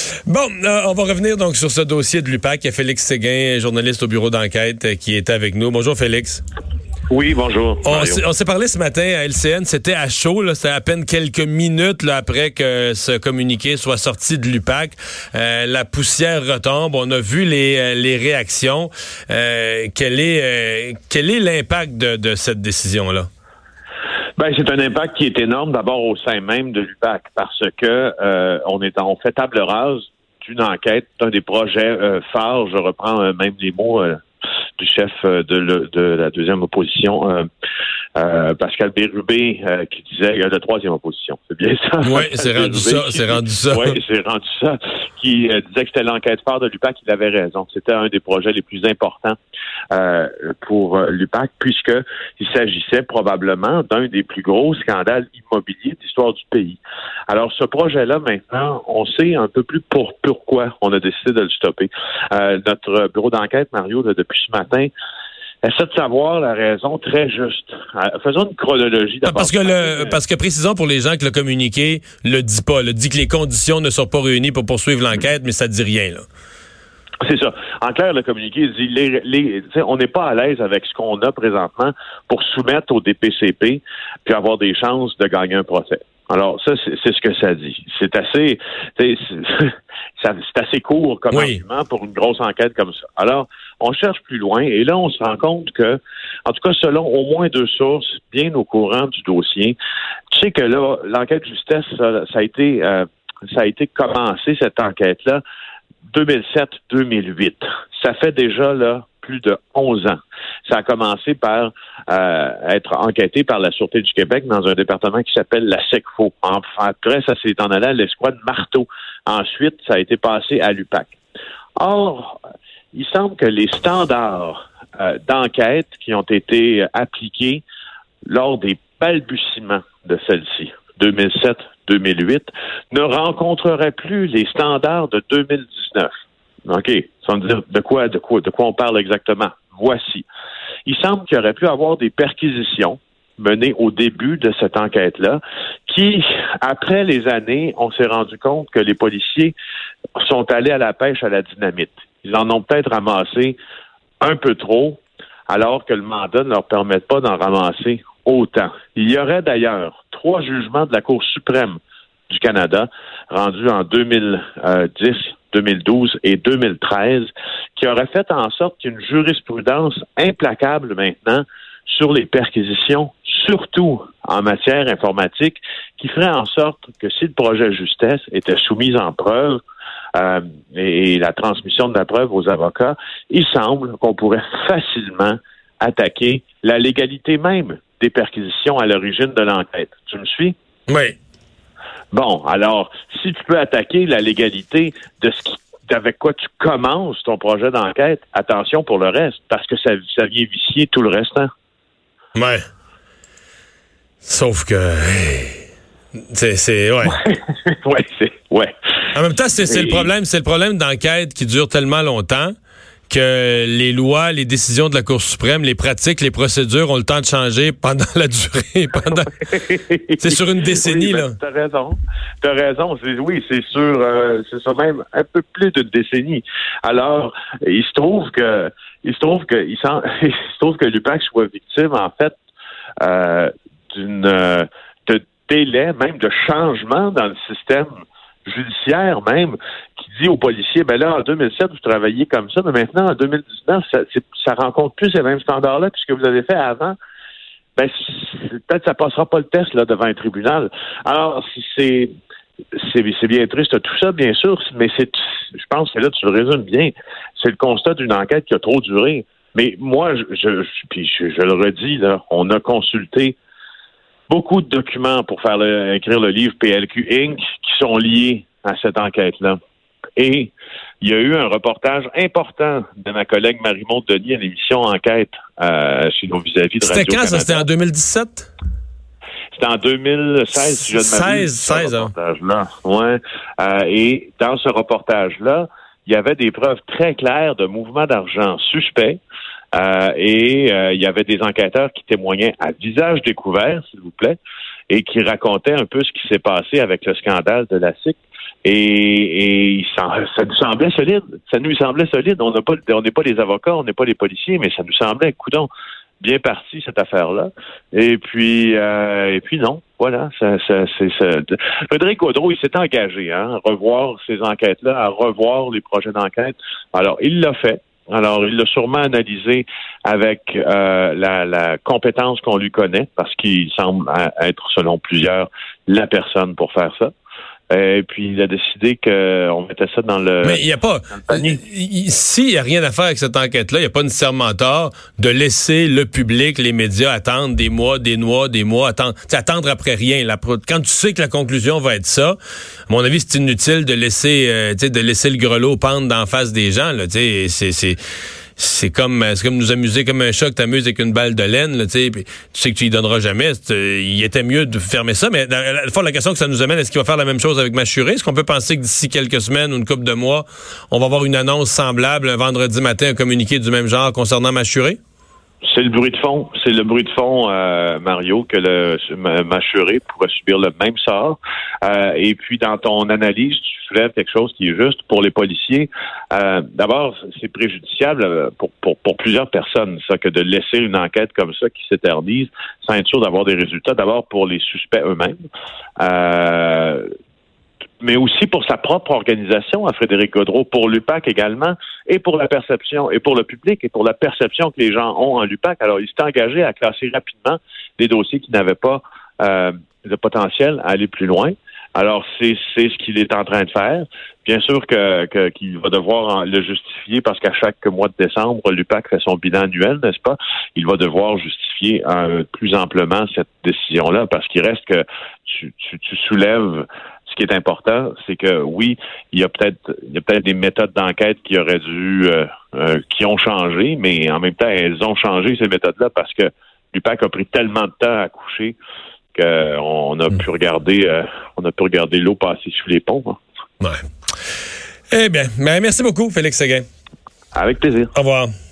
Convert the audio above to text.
Bon, on va revenir donc sur ce dossier de l'UPAC. Il y a Félix Séguin, journaliste au bureau d'enquête, qui est avec nous. Bonjour Félix. Oui, bonjour. On s'est parlé ce matin à LCN, c'était à chaud, là, c'était à peine quelques minutes là, après que ce communiqué soit sorti de l'UPAC. La poussière retombe, on a vu les réactions. Quel est l'impact de cette décision-là? Ben, c'est un impact qui est énorme, d'abord au sein même de l'UPAC, parce que on fait table rase d'une enquête, d'un des projets phares, je reprends même les mots du chef de la deuxième opposition, Pascal Bérubé, qui disait de troisième opposition. C'est bien ça? Oui, c'est rendu ça. Oui, c'est rendu ça. Qui disait que c'était l'enquête phare de l'UPAC. Il avait raison. C'était un des projets les plus importants pour l'UPAC, puisqu'il s'agissait probablement d'un des plus gros scandales immobiliers de l'histoire du pays. Alors, ce projet-là, maintenant, on sait un peu plus pourquoi on a décidé de le stopper. Notre bureau d'enquête, Mario, là, depuis ce matin, essaie de savoir la raison très juste. Faisons une chronologie d'abord. Parce que précisons pour les gens que le communiqué le dit pas. Le dit que les conditions ne sont pas réunies pour poursuivre l'enquête, mais ça dit rien, là. C'est ça. En clair, le communiqué dit on n'est pas à l'aise avec ce qu'on a présentement pour soumettre au DPCP puis avoir des chances de gagner un procès. Alors, ça, c'est ce que ça dit. C'est assez court comme argument pour une grosse enquête comme ça. Alors, on cherche plus loin et là, on se rend compte que, en tout cas, selon au moins deux sources bien au courant du dossier, tu sais que là, l'enquête de justesse, ça a été commencé, cette enquête-là, 2007-2008. Ça fait déjà, là, plus de 11 ans. Ça a commencé par être enquêté par la Sûreté du Québec dans un département qui s'appelle la SECFO. Après, ça s'est en allé à l'escouade Marteau. Ensuite, ça a été passé à l'UPAC. Or, il semble que les standards d'enquête qui ont été appliqués lors des balbutiements de celle-ci, 2007-2008, ne rencontreraient plus les standards de 2019. OK. Ça veut dire de quoi on parle exactement. Voici. Il semble qu'il y aurait pu avoir des perquisitions menées au début de cette enquête-là, qui, après les années, on s'est rendu compte que les policiers sont allés à la pêche à la dynamite. Ils en ont peut-être ramassé un peu trop, alors que le mandat ne leur permet pas d'en ramasser autant. Il y aurait d'ailleurs 3 jugements de la Cour suprême du Canada, rendus en 2010, 2012 et 2013, qui auraient fait en sorte qu'une jurisprudence implacable maintenant sur les perquisitions, surtout en matière informatique, qui ferait en sorte que si le projet justesse était soumis en preuve et la transmission de la preuve aux avocats, il semble qu'on pourrait facilement attaquer la légalité même des perquisitions à l'origine de l'enquête. Tu me suis? Oui. Bon, alors, si tu peux attaquer la légalité avec quoi tu commences ton projet d'enquête, attention pour le reste, parce que ça vient vicier tout le restant. Ouais. Sauf que... C'est ouais. En même temps, c'est le problème d'enquête qui dure tellement longtemps que les lois, les décisions de la Cour suprême, les pratiques, les procédures ont le temps de changer pendant la durée. C'est sur une décennie, là. T'as raison. C'est sur même un peu plus d'une décennie. Alors, il se trouve que l'UPAC soit victime, en fait, de délai, même de changement dans le système judiciaire même, qui dit aux policiers, ben là, en 2007, vous travailliez comme ça, mais maintenant, en 2019, ça rencontre plus ces mêmes standards-là, puisque vous avez fait avant, ben, peut-être ça passera pas le test, là, devant un tribunal. Alors, c'est bien triste tout ça, bien sûr, mais je pense que là, tu le résumes bien, c'est le constat d'une enquête qui a trop duré. Mais moi, je le redis, là, on a consulté beaucoup de documents pour écrire le livre PLQ Inc. qui sont liés à cette enquête-là. Et il y a eu un reportage important de ma collègue Marie-Maude Denis à l'émission Enquête chez nos vis-à-vis de Radio-Canada. C'était quand, ça? C'était en 2017? C'était en 2016, si je ne m'abuse. 16 ans. Reportage-là. Ouais. Et dans ce reportage-là, il y avait des preuves très claires de mouvements d'argent suspects. Il y avait des enquêteurs qui témoignaient à visage découvert, s'il vous plaît, et qui racontaient un peu ce qui s'est passé avec le scandale de la SIC. Et ça nous semblait solide. Ça nous semblait solide. On n'est pas les avocats, on n'est pas les policiers, mais ça nous semblait, coudonc, bien parti cette affaire-là. Et puis non. Voilà. Frédéric Gaudreau, il s'est engagé à revoir ces enquêtes-là, à revoir les projets d'enquête. Alors, il l'a fait. Alors, il l'a sûrement analysé avec la compétence qu'on lui connaît, parce qu'il semble être, selon plusieurs, la personne pour faire ça. Et puis, il a décidé qu'on mettait ça dans le... Mais il n'y a pas... S'il n'y a rien à faire avec cette enquête-là, il n'y a pas nécessairement tort de laisser le public, les médias attendre des mois, attendre après rien. Quand tu sais que la conclusion va être ça, à mon avis, c'est inutile de laisser le grelot pendre d'en face des gens. Là, c'est comme nous amuser comme un chat que t'amuses avec une balle de laine, là, tu sais que tu y donneras jamais. Il était mieux de fermer ça, mais dans le fond, la question que ça nous amène, est-ce qu'il va faire la même chose avec Mashuré? Est-ce qu'on peut penser que d'ici quelques semaines ou une couple de mois, on va avoir une annonce semblable un vendredi matin, un communiqué du même genre concernant Mashuré? C'est le bruit de fond. C'est le bruit de fond, Mario, que le Mashuré pourrait subir le même sort. Et puis, dans ton analyse, tu soulèves quelque chose qui est juste pour les policiers. D'abord, c'est préjudiciable pour plusieurs personnes, ça, que de laisser une enquête comme ça qui s'éternise sans être sûr d'avoir des résultats. D'abord, pour les suspects eux-mêmes. Mais aussi pour sa propre organisation à Frédéric Gaudreau, pour l'UPAC également, et pour la perception, et pour le public, et pour la perception que les gens ont en l'UPAC. Alors, il s'est engagé à classer rapidement des dossiers qui n'avaient pas le potentiel à aller plus loin. Alors, c'est ce qu'il est en train de faire. Bien sûr qu'il va devoir le justifier parce qu'à chaque mois de décembre, l'UPAC fait son bilan annuel, n'est-ce pas? Il va devoir justifier plus amplement cette décision-là parce qu'il reste que tu soulèves. Ce qui est important, c'est que oui, il y a peut-être des méthodes d'enquête qui auraient qui ont changé, mais en même temps, elles ont changé ces méthodes-là parce que l'UPAC a pris tellement de temps à coucher qu'on a pu regarder l'eau passer sous les ponts. Hein. Ouais. Eh bien, merci beaucoup, Félix Séguin. Avec plaisir. Au revoir.